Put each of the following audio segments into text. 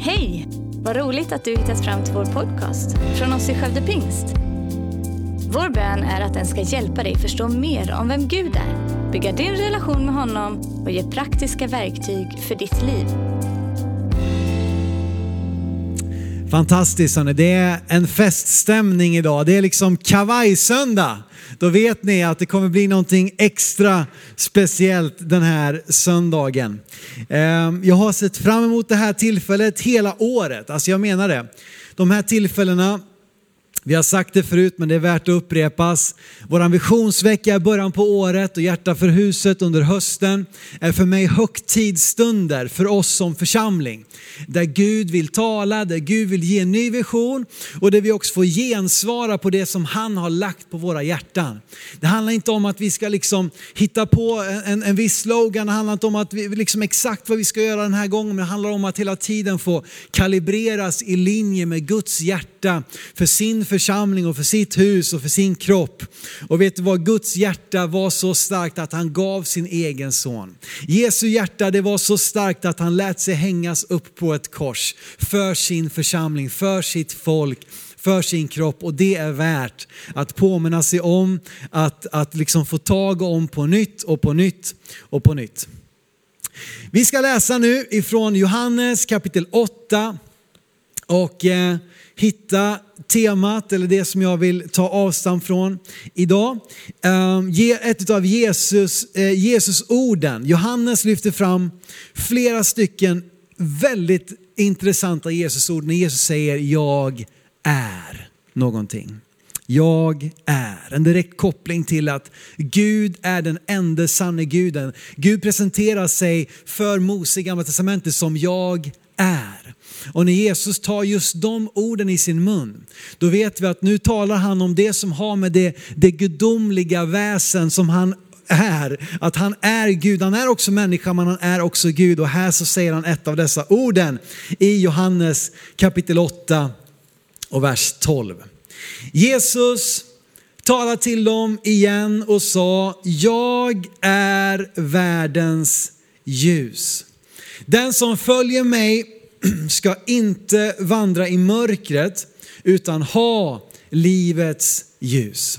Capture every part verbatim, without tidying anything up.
Hej! Vad roligt att du hittat fram till vår podcast från oss i Skövde Pingst. Vår bön är att den ska hjälpa dig förstå mer om vem Gud är, bygga din relation med honom och ge praktiska verktyg för ditt liv. Fantastiskt, hörni. Det är en feststämning idag. Det är liksom kavajsöndag. Då vet ni att det kommer bli någonting extra speciellt den här söndagen. Jag har sett fram emot det här tillfället hela året. Alltså jag menar det. De här tillfällena, vi har sagt det förut men det är värt att upprepas. Vår visionsvecka är början på året och Hjärta för huset under hösten är för mig högtidsstunder för oss som församling. Där Gud vill tala, där Gud vill ge en ny vision och där vi också får gensvara på det som han har lagt på våra hjärtan. Det handlar inte om att vi ska liksom hitta på en, en viss slogan, det handlar inte om att vi liksom exakt vad vi ska göra den här gången, men det handlar om att hela tiden få kalibreras i linje med Guds hjärta för sin församling och för sitt hus och för sin kropp. Och vet du vad, Guds hjärta var så starkt att han gav sin egen son. Jesu hjärta, det var så starkt att han lät sig hängas upp på ett kors för sin församling, för sitt folk, för sin kropp. Och det är värt att påminna sig om, att, att liksom få tag om på nytt och på nytt och på nytt. Vi ska läsa nu ifrån Johannes kapitel åtta och eh, hitta temat eller det som jag vill ta avstamp från idag. Um, ett av Jesus, eh, Jesus orden. Johannes lyfter fram flera stycken väldigt intressanta Jesus ord när Jesus säger jag är någonting. Jag är. En direkt koppling till att Gud är den enda sanne guden. Gud presenterar sig för Mose i Gamla testamentet som jag är. Och när Jesus tar just de orden i sin mun, då vet vi att nu talar han om det som har med det, det gudomliga väsen som han är. Att han är Gud, han är också människa men han är också Gud. Och här så säger han ett av dessa orden i Johannes kapitel åtta och vers tolv. Jesus talade till dem igen och sa, jag är världens ljus. Den som följer mig ska inte vandra i mörkret utan ha livets ljus.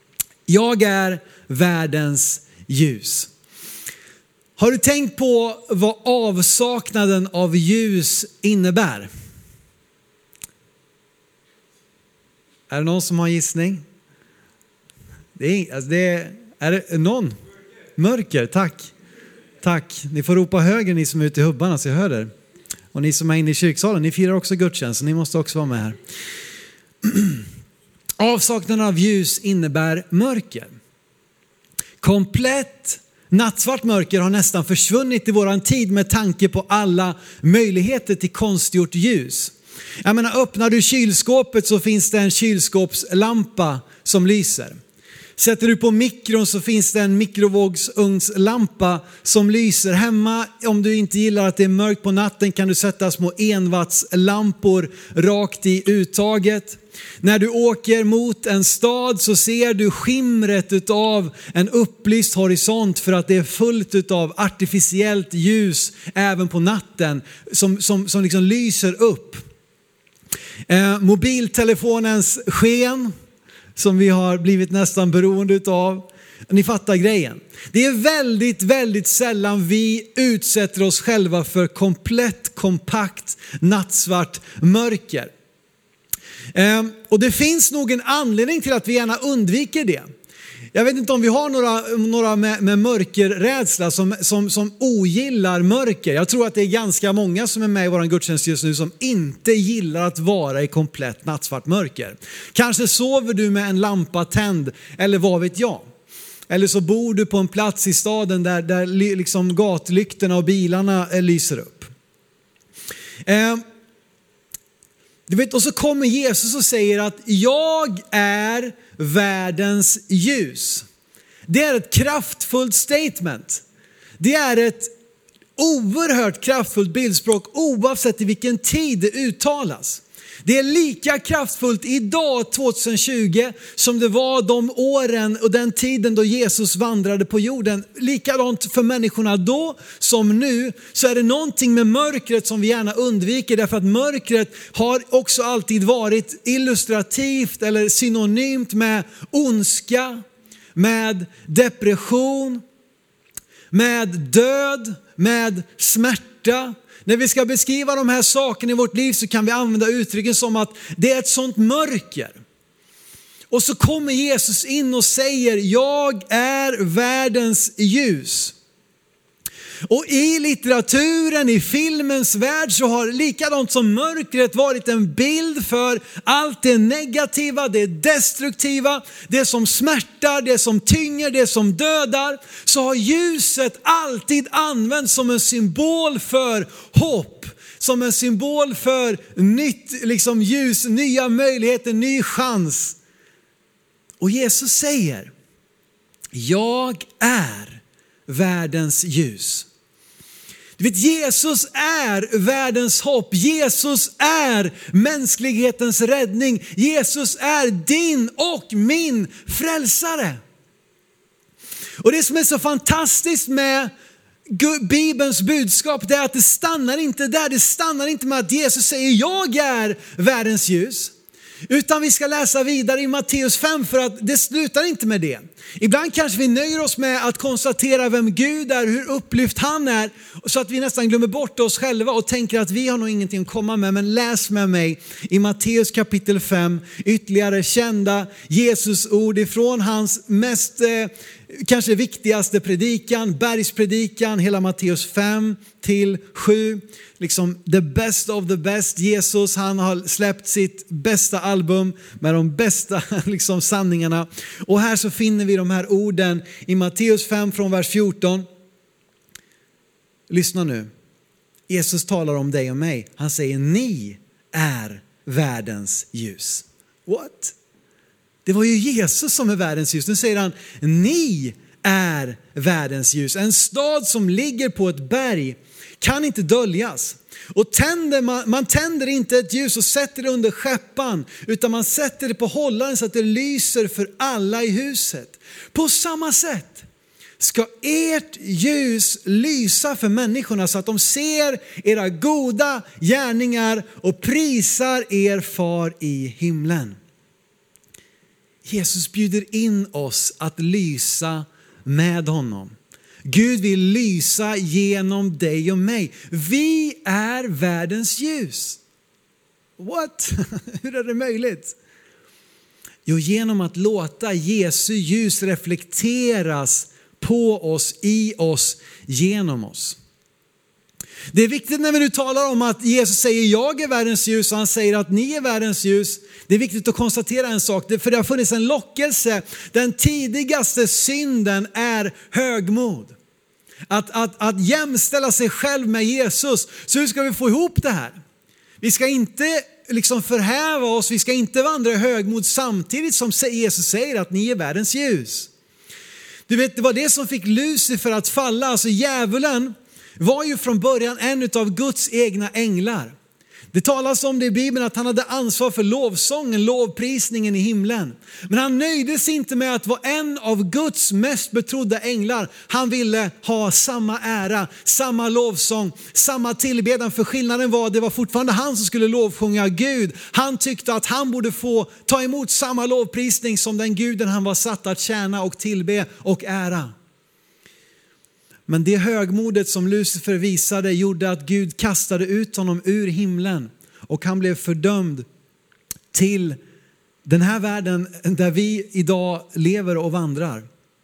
Jag är världens ljus. Har du tänkt på vad avsaknaden av ljus innebär? Är det någon som har en gissning? Det är, alltså det är, är det någon? Mörker, tack. Tack. Ni får ropa högre ni som är ute i hubbarna så jag hör det. Och ni som är inne i kyrksalen, ni firar också gudstjänst så ni måste också vara med här. Avsaknaden av ljus innebär mörker. Komplett nattsvart mörker har nästan försvunnit i våran tid med tanke på alla möjligheter till konstgjort ljus. Jag menar, öppnar du kylskåpet så finns det en kylskåpslampa som lyser. Sätter du på mikron så finns det en mikrovågsugnslampa som lyser. Hemma, om du inte gillar att det är mörkt på natten, kan du sätta små enwattslampor rakt i uttaget. När du åker mot en stad så ser du skimret av en upplyst horisont för att det är fullt av artificiellt ljus även på natten som, som, som liksom lyser upp. Eh, mobiltelefonens sken som vi har blivit nästan beroende av. Ni fattar grejen. Det är väldigt, väldigt sällan vi utsätter oss själva för komplett, kompakt, nattsvart mörker. Eh, och det finns nog en anledning till att vi gärna undviker det. Jag vet inte om vi har några, några med, med mörkerrädsla som, som, som ogillar mörker. Jag tror att det är ganska många som är med i vår gudstjänst just nu som inte gillar att vara i komplett nattsvart mörker. Kanske sover du med en lampa tänd eller vad vet jag. Eller så bor du på en plats i staden där, där liksom gatlyktorna och bilarna lyser upp. Eh, Du vet, och så kommer Jesus och säger att jag är världens ljus. Det är ett kraftfullt statement. Det är ett oerhört kraftfullt bildspråk oavsett i vilken tid det uttalas. Det är lika kraftfullt idag tjugohundratjugo som det var de åren och den tiden då Jesus vandrade på jorden. Likadant för människorna då som nu, så är det någonting med mörkret som vi gärna undviker, därför att mörkret har också alltid varit illustrativt eller synonymt med ondska, med depression, med död, med smärta. När vi ska beskriva de här sakerna i vårt liv så kan vi använda uttrycken som att det är ett sånt mörker. Och så kommer Jesus in och säger, jag är världens ljus. Och i litteraturen, i filmens värld, så har likadant som mörkret varit en bild för allt det negativa, det destruktiva, det som smärtar, det som tynger, det som dödar. Så har ljuset alltid använts som en symbol för hopp, som en symbol för nytt liksom ljus, nya möjligheter, ny chans. Och Jesus säger, jag är världens ljus. Du vet, Jesus är världens hopp. Jesus är mänsklighetens räddning. Jesus är din och min frälsare. Och det som är så fantastiskt med Bibelns budskap, det är att det stannar inte där. Det stannar inte med att Jesus säger, jag är världens ljus. Utan vi ska läsa vidare i Matteus fem, för att det slutar inte med det. Ibland kanske vi nöjer oss med att konstatera vem Gud är, hur upplyft han är, så att vi nästan glömmer bort oss själva och tänker att vi har nog ingenting att komma med. Men läs med mig i Matteus kapitel fem, ytterligare kända Jesus ord ifrån hans mest eh, kanske viktigaste predikan, bergspredikan, hela Matteus fem till sju. Liksom the best of the best. Jesus, han har släppt sitt bästa album med de bästa liksom sanningarna. Och här så finner vi de här orden i Matteus fem från vers fjorton. Lyssna nu. Jesus talar om dig och mig. Han säger, ni är världens ljus. What? Det var ju Jesus som är världens ljus. Nu säger han, ni är världens ljus. En stad som ligger på ett berg kan inte döljas. Och tänder man, man tänder inte ett ljus och sätter det under skäppan, utan man sätter det på hållaren så att det lyser för alla i huset. På samma sätt ska ert ljus lysa för människorna, så att de ser era goda gärningar och prisar er far i himlen. Jesus bjuder in oss att lysa med honom. Gud vill lysa genom dig och mig. Vi är världens ljus. What? Hur är det möjligt? Jo, genom att låta Jesu ljus reflekteras på oss, i oss, genom oss. Det är viktigt när vi nu talar om att Jesus säger jag är världens ljus och han säger att ni är världens ljus. Det är viktigt att konstatera en sak, för det har funnits en lockelse. Den tidigaste synden är högmod. Att, att, att jämställa sig själv med Jesus. Så hur ska vi få ihop det här? Vi ska inte liksom förhäva oss, vi ska inte vandra i högmod samtidigt som Jesus säger att ni är världens ljus. Du vet, det var det som fick Lucifer att falla. Alltså djävulen var ju från början en av Guds egna änglar. Det talas om det i Bibeln att han hade ansvar för lovsången, lovprisningen i himlen. Men han nöjde sig inte med att vara en av Guds mest betrodda änglar. Han ville ha samma ära, samma lovsång, samma tillbedjan. För skillnaden var att det var fortfarande han som skulle lovsjunga Gud. Han tyckte att han borde få ta emot samma lovprisning som den guden han var satt att tjäna och tillbe och ära. Men det högmodet som Lucifer visade gjorde att Gud kastade ut honom ur himlen. Och han blev fördömd till den här världen där vi idag lever och vandrar.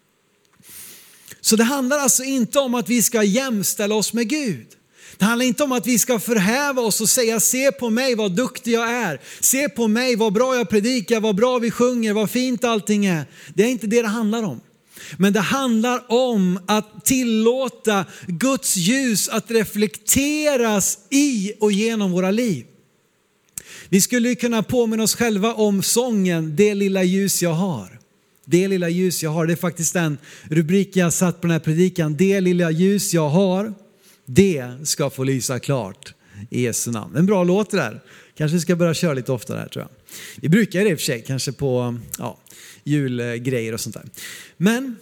Så det handlar alltså inte om att vi ska jämställa oss med Gud. Det handlar inte om att vi ska förhäva oss och säga se på mig vad duktig jag är. Se på mig vad bra jag predikar, vad bra vi sjunger, vad fint allting är. Det är inte det det handlar om. Men det handlar om att tillåta Guds ljus att reflekteras i och genom våra liv. Vi skulle kunna påminna oss själva om sången Det lilla ljus jag har. Det lilla ljus jag har, det är faktiskt den rubrik jag satt på den här predikan. Det lilla ljus jag har, det ska få lysa klart. i Jesu namn. En bra låt det där. Kanske ska börja köra lite oftare här tror jag. Vi brukar det i och för sig, kanske på ja, julgrejer och sånt där. Men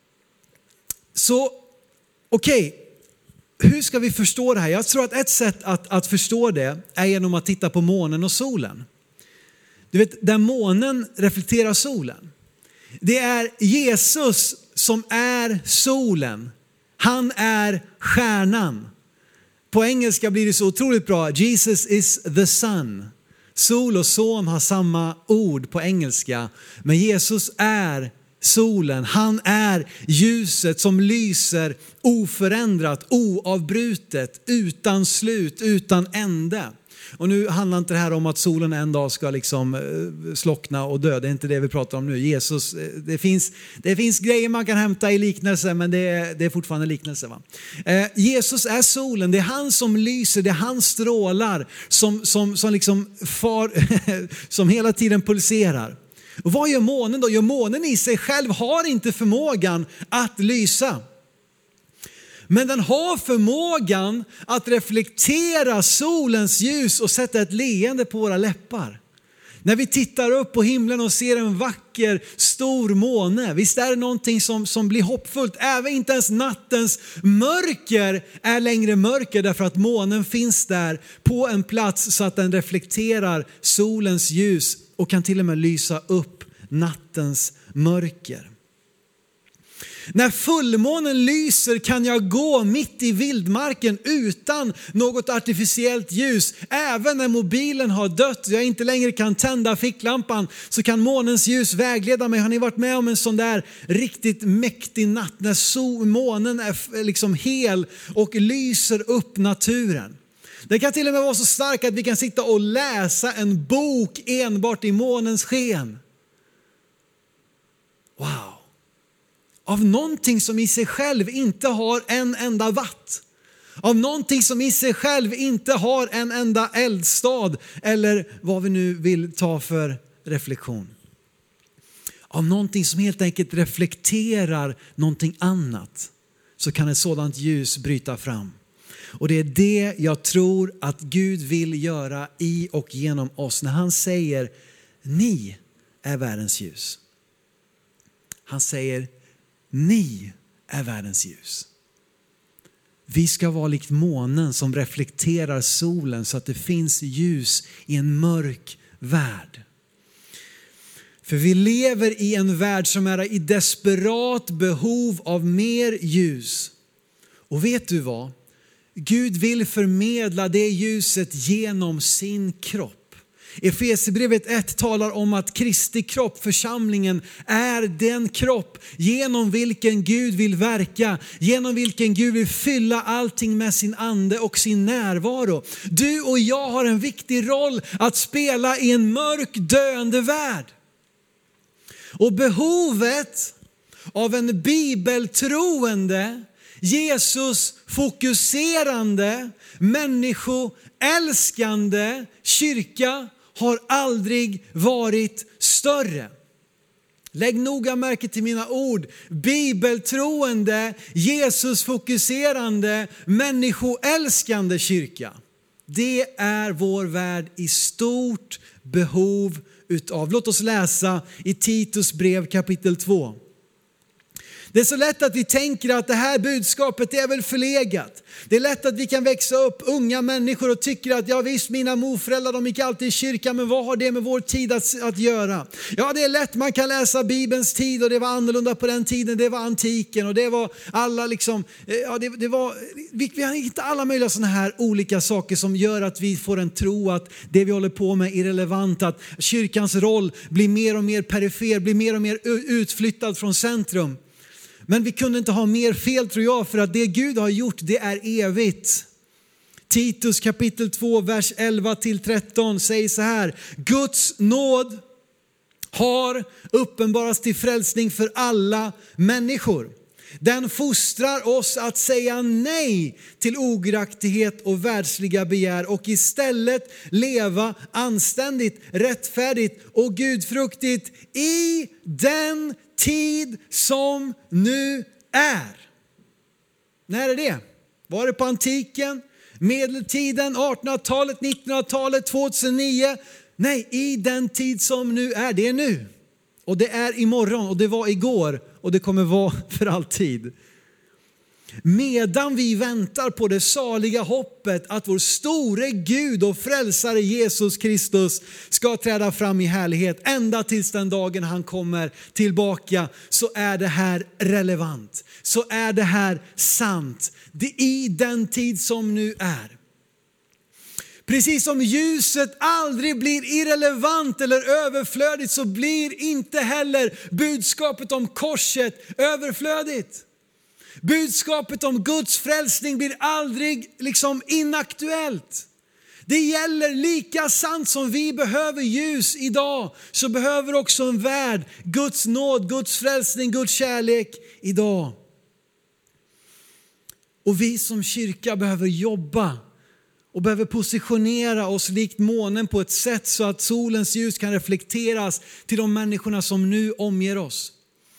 så okej. Okay. Hur ska vi förstå det här? Jag tror att ett sätt att, att förstå det är genom att titta på månen och solen. Du vet, där månen reflekterar solen. Det är Jesus som är solen. Han är stjärnan. På engelska blir det så otroligt bra. Jesus is the sun. Sol och son har samma ord på engelska. Men Jesus är solen. Han är ljuset som lyser oförändrat, oavbrutet, utan slut, utan ände. Och nu handlar inte det här om att solen en dag ska liksom slockna och dö. Det är inte det vi pratar om nu. Jesus, det finns, det finns grejer man kan hämta i liknelse, men det är, det är fortfarande liknelse. Va? Eh, Jesus är solen. Det är han som lyser. Det är han strålar som, som, som, liksom far, som hela tiden pulserar. Och vad gör månen då? Jo, månen i sig själv har inte förmågan att lysa. Men den har förmågan att reflektera solens ljus och sätta ett leende på våra läppar. När vi tittar upp på himlen och ser en vacker stor måne. Visst är det någonting som, som blir hoppfullt. Även inte ens nattens mörker är längre mörker. Därför att månen finns där på en plats så att den reflekterar solens ljus. Och kan till och med lysa upp nattens mörker. När fullmånen lyser kan jag gå mitt i vildmarken utan något artificiellt ljus. Även när mobilen har dött och jag inte längre kan tända ficklampan så kan månens ljus vägleda mig. Har ni varit med om en sån där riktigt mäktig natt när sol, månen är liksom hel och lyser upp naturen? Det kan till och med vara så starkt att vi kan sitta och läsa en bok enbart i månens sken. Wow. Av någonting som i sig själv inte har en enda watt. Av någonting som i sig själv inte har en enda eldstad. Eller vad vi nu vill ta för reflektion. Av någonting som helt enkelt reflekterar någonting annat. Så kan ett sådant ljus bryta fram. Och det är det jag tror att Gud vill göra i och genom oss. När han säger, ni är världens ljus. Han säger, ni är världens ljus. Vi ska vara likt månen som reflekterar solen så att det finns ljus i en mörk värld. För vi lever i en värld som är i desperat behov av mer ljus. Och vet du vad? Gud vill förmedla det ljuset genom sin kropp. Efesierbrevet ett talar om att Kristi kropp, församlingen, är den kropp genom vilken Gud vill verka. Genom vilken Gud vill fylla allting med sin ande och sin närvaro. Du och jag har en viktig roll att spela i en mörk, döende värld. Och behovet av en bibeltroende, Jesus fokuserande, människoälskande kyrka har aldrig varit större. Lägg noga märke till mina ord. Bibeltroende, Jesus fokuserande, människoälskande kyrka. Det är vår värld i stort behov utav. Låt oss läsa i Titus brev kapitel två. Det är så lätt att vi tänker att det här budskapet är väl förlegat. Det är lätt att vi kan växa upp unga människor och tycker att ja visst, mina morföräldrar de gick alltid i kyrkan, men vad har det med vår tid att, att göra? Ja, det är lätt, man kan läsa Bibelns tid och det var annorlunda på den tiden, det var antiken och det var alla liksom, ja det, det var, vi, vi har inte alla möjliga sådana här olika saker som gör att vi får en tro att det vi håller på med är irrelevant, att kyrkans roll blir mer och mer perifer, blir mer och mer utflyttad från centrum. Men vi kunde inte ha mer fel tror jag, för att det Gud har gjort det är evigt. Titus kapitel två vers elva till tretton säger så här: Guds nåd har uppenbarats till frälsning för alla människor. Den fostrar oss att säga nej till ogudaktighet och världsliga begär och istället leva anständigt, rättfärdigt och gudfruktigt i den tid som nu är. När är det? Var det på antiken? Medeltiden, artonhundratalet, nittonhundratalet, tvåtusenio. Nej, i den tid som nu är, det är nu. Och det är imorgon och det var igår och det kommer vara för alltid. Medan vi väntar på det saliga hoppet att vår store Gud och frälsare Jesus Kristus ska träda fram i härlighet ända tills den dagen han kommer tillbaka, så är det här relevant. Så är det här sant. Det är i den tid som nu är. Precis som ljuset aldrig blir irrelevant eller överflödigt, så blir inte heller budskapet om korset överflödigt. Budskapet om Guds frälsning blir aldrig liksom inaktuellt. Det gäller lika sant som vi behöver ljus idag, så behöver också en värld Guds nåd, Guds frälsning, Guds kärlek idag. Och vi som kyrka behöver jobba och behöver positionera oss likt månen på ett sätt så att solens ljus kan reflekteras till de människorna som nu omger oss.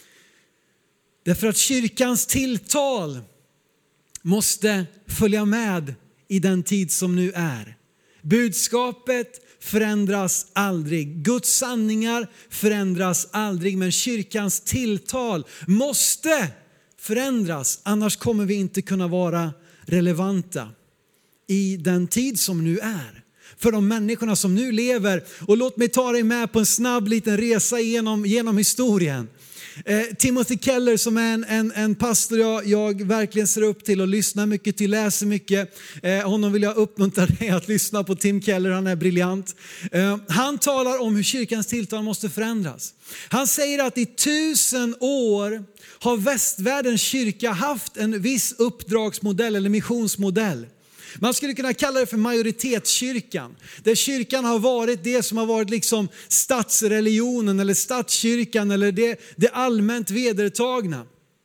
Därför att kyrkans tilltal måste följa med i den tid som nu är. Budskapet förändras aldrig. Guds sanningar förändras aldrig. Men kyrkans tilltal måste förändras. Annars kommer vi inte kunna vara relevanta i den tid som nu är. För de människorna som nu lever. Och låt mig ta dig med på en snabb liten resa genom, genom historien. Eh, Timothy Keller, som är en, en, en pastor jag, jag verkligen ser upp till och lyssnar mycket till, läser mycket. Eh, honom vill jag uppmuntra dig att lyssna på. Tim Keller, han är briljant. Eh, han talar om hur kyrkans tilltal måste förändras. Han säger att i tusen år har västvärldens kyrka haft en viss uppdragsmodell eller missionsmodell. Man skulle kunna kalla det för majoritetskyrkan. Där kyrkan har varit det som har varit liksom statsreligionen eller statskyrkan eller det, det allmänt vedertagna.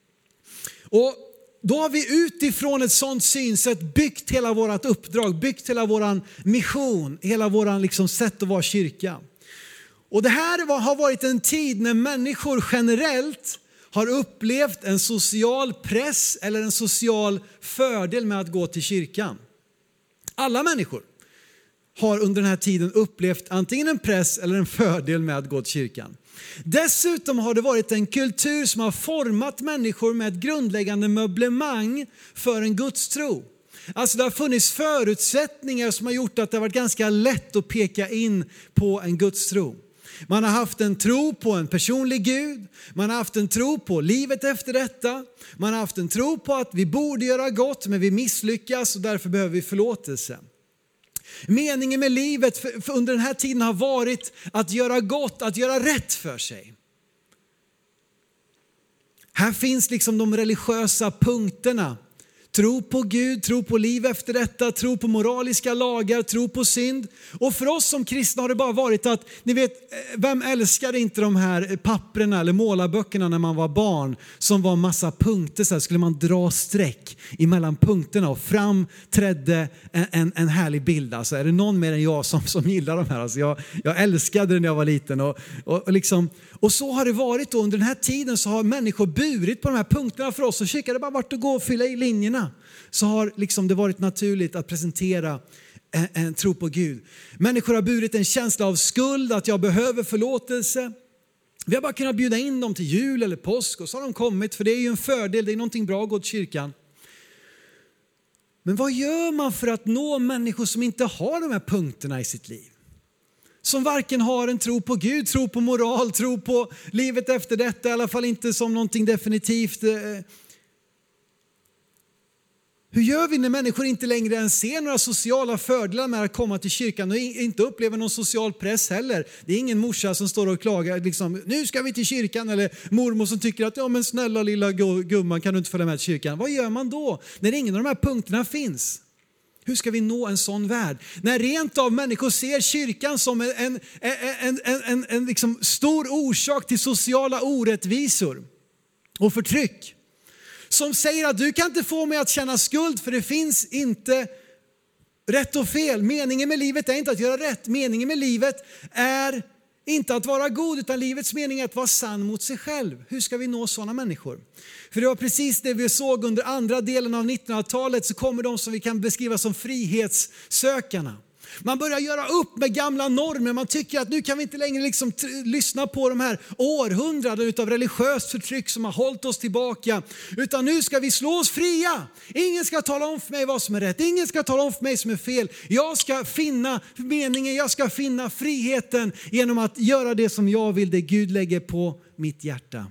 Och då har vi utifrån ett sånt synsätt byggt hela vårt uppdrag, byggt hela våran mission, hela våran liksom sätt att vara kyrka. Och det här var, har varit en tid när människor generellt har upplevt en social press eller en social fördel med att gå till kyrkan. Alla människor har under den här tiden upplevt antingen en press eller en fördel med att gå till kyrkan. Dessutom har det varit en kultur som har format människor med ett grundläggande möblemang för en gudstro. Alltså det har funnits förutsättningar som har gjort att det har varit ganska lätt att peka in på en gudstro. Man har haft en tro på en personlig Gud. Man har haft en tro på livet efter detta. Man har haft en tro på att vi borde göra gott men vi misslyckas och därför behöver vi förlåtelse. Meningen med livet för, för under den här tiden har varit att göra gott, att göra rätt för sig. Här finns liksom de religiösa punkterna. Tro på Gud, tro på liv efter detta, tro på moraliska lagar, tro på synd. Och för oss som kristna har det bara varit att, ni vet, vem älskade inte de här papperna eller målarböckerna när man var barn som var massa punkter, så här skulle man dra streck emellan punkterna och fram trädde en, en, en härlig bild. Alltså är det någon mer än jag som, som gillar de här? Alltså jag, jag älskade det när jag var liten och, och, och, liksom, och så har det varit då. Under den här tiden så har människor burit på de här punkterna för oss och kikade bara vart att gå och fylla i linjerna. Så har liksom det varit naturligt att presentera en, en tro på Gud. Människor har burit en känsla av skuld, att jag behöver förlåtelse. Vi har bara kunnat bjuda in dem till jul eller påsk och så har de kommit, för det är ju en fördel, det är någonting bra att gå till kyrkan. Men vad gör man för att nå människor som inte har de här punkterna i sitt liv? Som varken har en tro på Gud, tro på moral, tro på livet efter detta, i alla fall inte som någonting definitivt. Hur gör vi när människor inte längre ens ser några sociala fördelar med att komma till kyrkan och inte upplever någon social press heller? Det är ingen morsa som står och klagar liksom, nu ska vi till kyrkan, eller mormor som tycker att ja men snälla lilla gumman, kan du inte följa med till kyrkan? Vad gör man då när ingen av de här punkterna finns? Hur ska vi nå en sån värld? När rent av människor ser kyrkan som en, en, en, en, en, en liksom stor orsak till sociala orättvisor och förtryck. Som säger att du kan inte få mig att känna skuld, för det finns inte rätt och fel. Meningen med livet är inte att göra rätt. Meningen med livet är Inte att vara god, utan livets mening är att vara sann mot sig själv. Hur ska vi nå sådana människor? För det var precis det vi såg under andra delen av nittonhundratalet, så kommer de som vi kan beskriva som frihetssökarna. Man börjar göra upp med gamla normer. Man tycker att nu kan vi inte längre liksom t- lyssna på de här århundraden av religiöst förtryck som har hållit oss tillbaka. Utan nu ska vi slå oss fria. Ingen ska tala om för mig vad som är rätt. Ingen ska tala om för mig som är fel. Jag ska finna meningen, jag ska finna friheten genom att göra det som jag vill, det Gud lägger på mitt hjärta.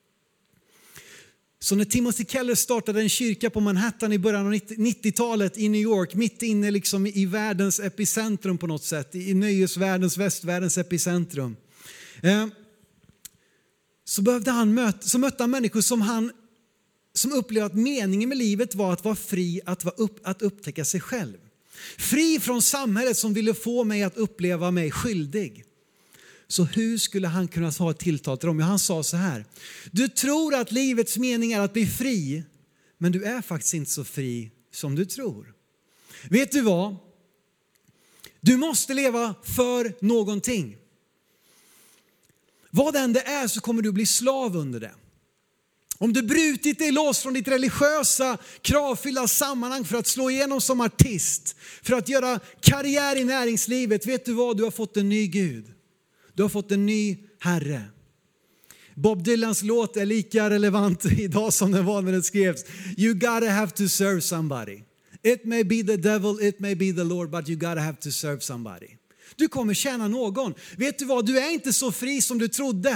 Så när Timothy Keller startade en kyrka på Manhattan i början av nittiotalet i New York, mitt inne liksom i världens epicentrum på något sätt, i nöjesvärldens, västvärldens epicentrum, eh, så, behövde han möta, så mötte han människor som, han, som upplevde att meningen med livet var att vara fri, att, vara upp, att upptäcka sig själv. Fri från samhället som ville få mig att uppleva mig skyldig. Så hur skulle han kunna ha ett tilltal till dem? Ja, han sa så här: du tror att livets mening är att bli fri, men du är faktiskt inte så fri som du tror. Vet du vad? Du måste leva för någonting. Vad än det är så kommer du bli slav under det. Om du brutit dig loss från ditt religiösa, kravfyllda sammanhang för att slå igenom som artist, för att göra karriär i näringslivet, vet du vad? Du har fått en ny Gud. Du har fått en ny Herre. Bob Dylans låt är lika relevant idag som den var när den skrevs. You gotta have to serve somebody. It may be the devil, it may be the Lord, but you gotta have to serve somebody. Du kommer tjäna någon. Vet du vad? Du är inte så fri som du trodde.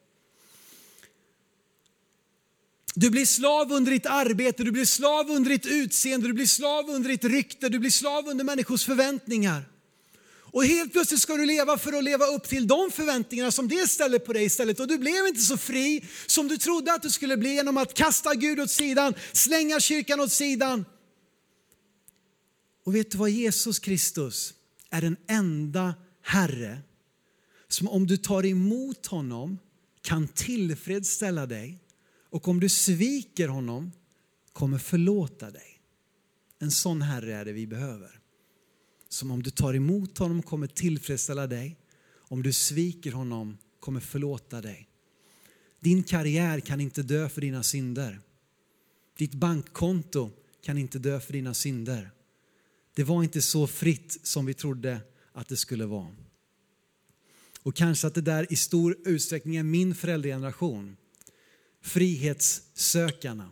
Du blir slav under ditt arbete, du blir slav under ditt utseende, du blir slav under ditt rykte, du blir slav under människors förväntningar. Och helt plötsligt ska du leva för att leva upp till de förväntningarna som det ställer på dig istället. Och du blev inte så fri som du trodde att du skulle bli genom att kasta Gud åt sidan, slänga kyrkan åt sidan. Och vet du vad? Jesus Kristus är den enda Herre som om du tar emot honom kan tillfredsställa dig. Och om du sviker honom kommer förlåta dig. En sån Herre är det vi behöver. Som om du tar emot honom kommer tillfredsställa dig. Om du sviker honom kommer förlåta dig. Din karriär kan inte dö för dina synder. Ditt bankkonto kan inte dö för dina synder. Det var inte så fritt som vi trodde att det skulle vara. Och kanske att det där i stor utsträckning är min föräldrageneration. Frihetssökarna.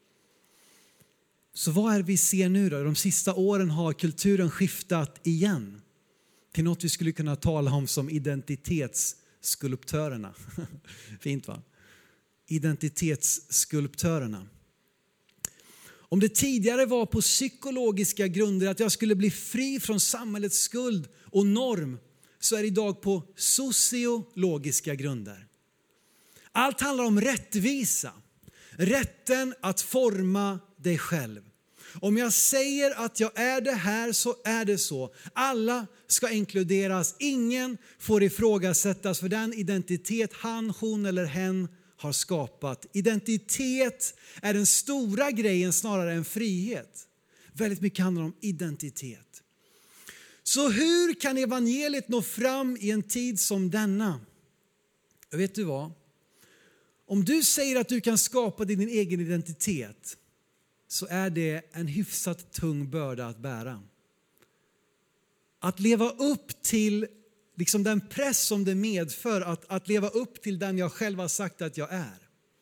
Så vad är det vi ser nu då? De sista åren har kulturen skiftat igen till något vi skulle kunna tala om som identitetsskulptörerna. Fint va? Identitetsskulptörerna. Om det tidigare var på psykologiska grunder att jag skulle bli fri från samhällets skuld och norm, så är det idag på sociologiska grunder. Allt handlar om rättvisa. Rätten att forma dig själv. Om jag säger att jag är det här så är det så. Alla ska inkluderas. Ingen får ifrågasättas för den identitet han, hon eller hen har skapat. Identitet är den stora grejen snarare än frihet. Väldigt mycket handlar om identitet. Så hur kan evangeliet nå fram i en tid som denna? Vet du vad? Om du säger att du kan skapa din egen identitet så är det en hyfsat tung börda att bära. Att leva upp till liksom den press som det medför att, att leva upp till den jag själv har sagt att jag är.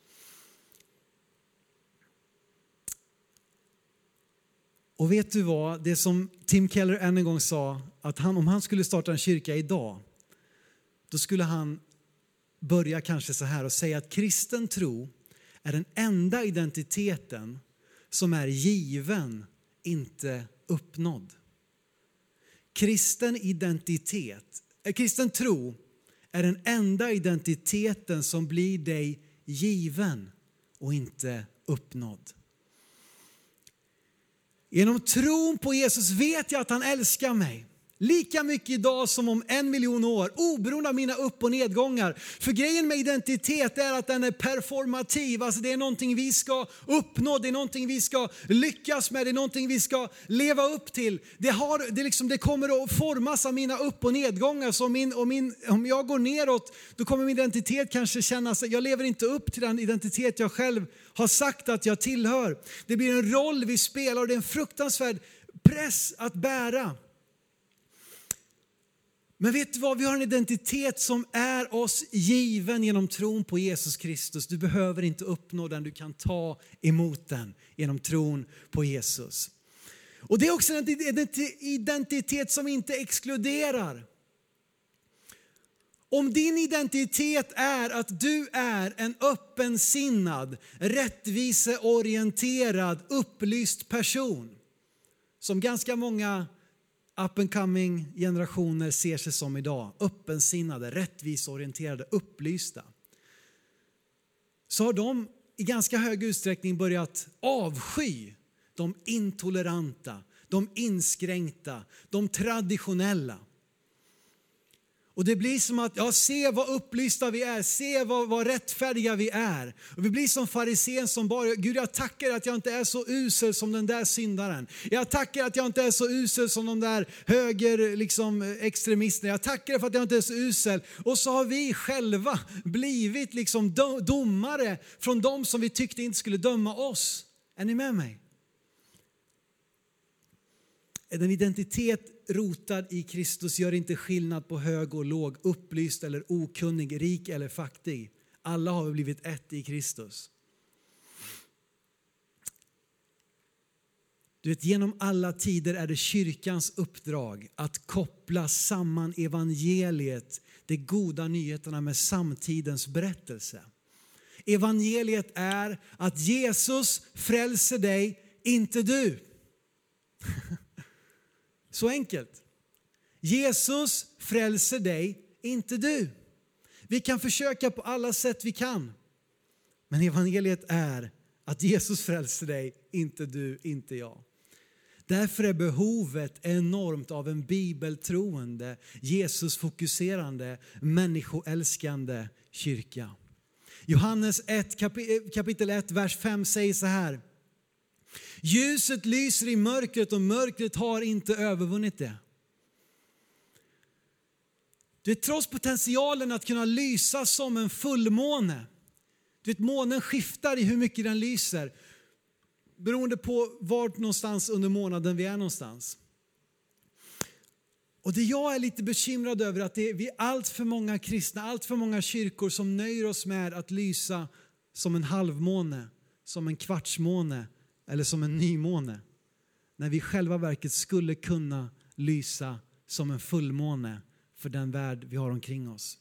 Och vet du vad? Det som Tim Keller än en gång sa, att han, om han skulle starta en kyrka idag, då skulle han börja kanske så här och säga att kristen tro är den enda identiteten som är given, inte uppnådd. Kristen identitet, äh, kristen tro är den enda identiteten som blir dig given och inte uppnådd. Genom tron på Jesus vet jag att han älskar mig. Lika mycket idag som om en miljon år, oberoende av mina upp- och nedgångar. För grejen med identitet är att den är performativ. Alltså det är någonting vi ska uppnå, det är någonting vi ska lyckas med, det är någonting vi ska leva upp till. Det, har, det, liksom, det kommer att formas av mina upp- och nedgångar. Så min, och min, om jag går neråt, då kommer min identitet kanske kännas, jag lever inte upp till den identitet jag själv har sagt att jag tillhör. Det blir en roll vi spelar och det är en fruktansvärd press att bära. Men vet du vad? Vi har en identitet som är oss given genom tron på Jesus Kristus. Du behöver inte uppnå den, du kan ta emot den genom tron på Jesus. Och det är också en identitet som inte exkluderar. Om din identitet är att du är en öppensinnad, rättviseorienterad, upplyst person, som ganska många up and coming generationer ser sig som idag, öppensinnade, rättviseorienterade, upplysta, så har de i ganska hög utsträckning börjat avsky de intoleranta, de inskränkta, de traditionella. Och det blir som att, ja, se vad upplysta vi är, se vad, vad rättfärdiga vi är. Och vi blir som farisén som bara, Gud jag tackar att jag inte är så usel som den där syndaren. Jag tackar att jag inte är så usel som de där höger liksom, extremisterna. Jag tackar för att jag inte är så usel. Och så har vi själva blivit liksom domare från de som vi tyckte inte skulle döma oss. Är ni med mig? En identitet rotad i Kristus gör inte skillnad på hög och låg, upplyst eller okunnig, rik eller fattig. Alla har vi blivit ett i Kristus. Du vet, genom alla tider är det kyrkans uppdrag att koppla samman evangeliet, de goda nyheterna, med samtidens berättelse. Evangeliet är att Jesus frälser dig, inte du. Så enkelt. Jesus frälser dig, inte du. Vi kan försöka på alla sätt vi kan. Men evangeliet är att Jesus frälser dig, inte du, inte jag. Därför är behovet enormt av en bibeltroende, Jesus-fokuserande, människoälskande kyrka. Johannes ett, kapitel ett, vers fem säger så här. Ljuset lyser i mörkret och mörkret har inte övervunnit det. Du vet, trots potentialen att kunna lysa som en fullmåne. Du vet, månen skiftar i hur mycket den lyser. Beroende på vart någonstans under månaden vi är någonstans. Och det jag är lite bekymrad över att det är vi allt för många kristna, allt för många kyrkor som nöjer oss med att lysa som en halvmåne, som en kvartsmåne eller som en nymåne. När vi själva verket skulle kunna lysa som en fullmåne för den värld vi har omkring oss.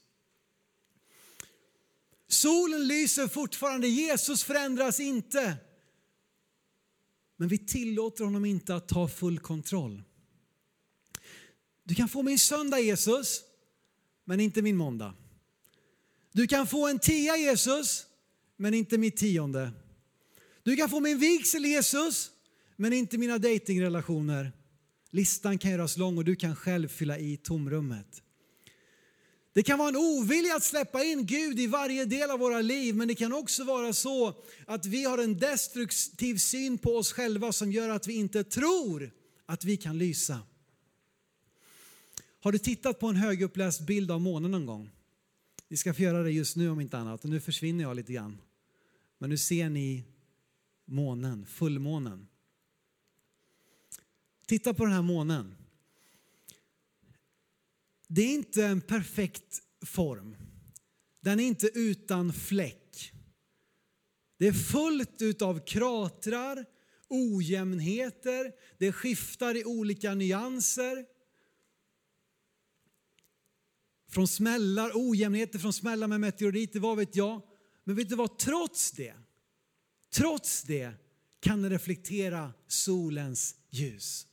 Solen lyser fortfarande, Jesus förändras inte. Men vi tillåter honom inte att ta full kontroll. Du kan få min söndag Jesus, men inte min måndag. Du kan få en tia Jesus, men inte mitt tionde. Du kan få min vigsel Jesus, men inte mina datingrelationer. Listan kan göras lång och du kan själv fylla i tomrummet. Det kan vara en ovilja att släppa in Gud i varje del av våra liv, men det kan också vara så att vi har en destruktiv syn på oss själva som gör att vi inte tror att vi kan lysa. Har du tittat på en högupplöst bild av månen någon gång? Vi ska få göra det just nu om inte annat. Och nu försvinner jag lite grann. Men nu ser ni månen, fullmånen. Titta på den här månen. Det är inte en perfekt form. Den är inte utan fläck. Det är fullt av kratrar, ojämnheter. Det skiftar i olika nyanser. Från smällar, ojämnheter från smällar med meteoriter, vad vet jag. Men vet du vad, trots det, trots det kan det reflektera solens ljus.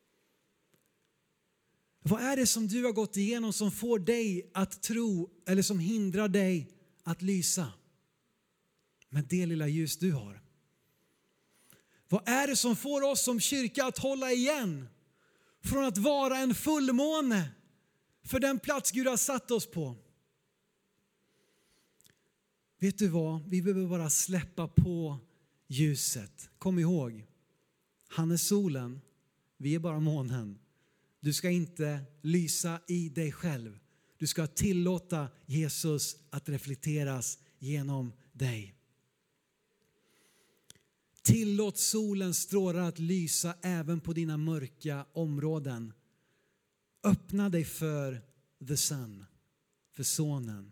Vad är det som du har gått igenom som får dig att tro eller som hindrar dig att lysa med det lilla ljus du har? Vad är det som får oss som kyrka att hålla igen? från att vara en fullmåne för den plats Gud har satt oss på. Vet du vad? Vi behöver bara släppa på ljuset. Kom ihåg, han är solen, vi är bara månen. Du ska inte lysa i dig själv. Du ska tillåta Jesus att reflekteras genom dig. Tillåt solens strålar att lysa även på dina mörka områden. Öppna dig för the sun, för sonen.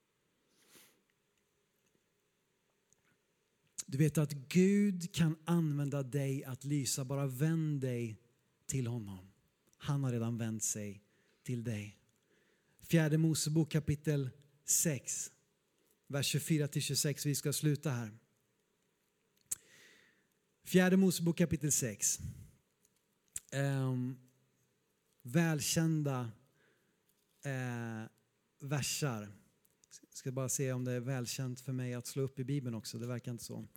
Du vet att Gud kan använda dig att lysa. Bara vänd dig till honom. Han har redan vänt sig till dig. Fjärde Mosebok kapitel sex. Vers tjugofyra till tjugosex. Vi ska sluta här. Fjärde Mosebok kapitel sex. Um, välkända uh, versar. Jag ska bara se om det är välkänt för mig att slå upp i Bibeln också. Det verkar inte så.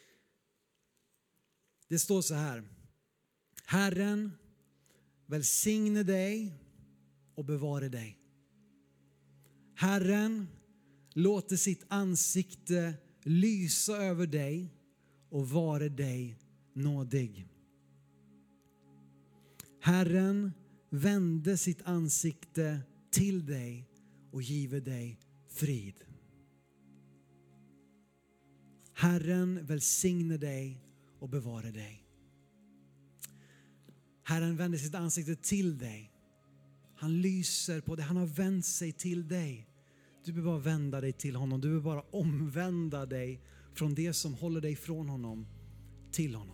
Det står så här. Herren välsigne dig och bevare dig. Herren låter sitt ansikte lysa över dig och vare dig nådig. Herren vände sitt ansikte till dig och give dig frid. Herren välsigne dig och bevare dig. Herren vänder sitt ansikte till dig. Han lyser på dig. Han har vänt sig till dig. Du behöver bara vända dig till honom. Du behöver bara omvända dig från det som håller dig från honom till honom.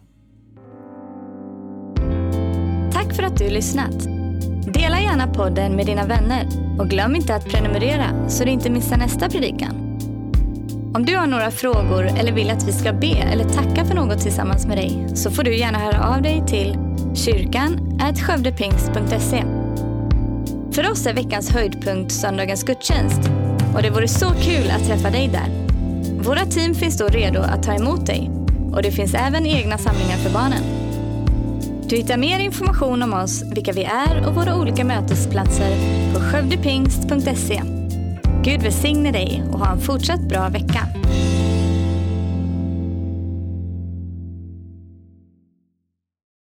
Tack för att du lyssnat. Dela gärna podden med dina vänner och glöm inte att prenumerera så du inte missar nästa predikan. Om du har några frågor eller vill att vi ska be eller tacka för något tillsammans med dig så får du gärna höra av dig till kyrkan at skövdepingst punkt se. För oss är veckans höjdpunkt söndagens gudstjänst och det vore så kul att träffa dig där. Våra team finns då redo att ta emot dig och det finns även egna samlingar för barnen. Du hittar mer information om oss, vilka vi är och våra olika mötesplatser på skövdepingst punkt se. Gud välsigne dig och ha en fortsatt bra vecka.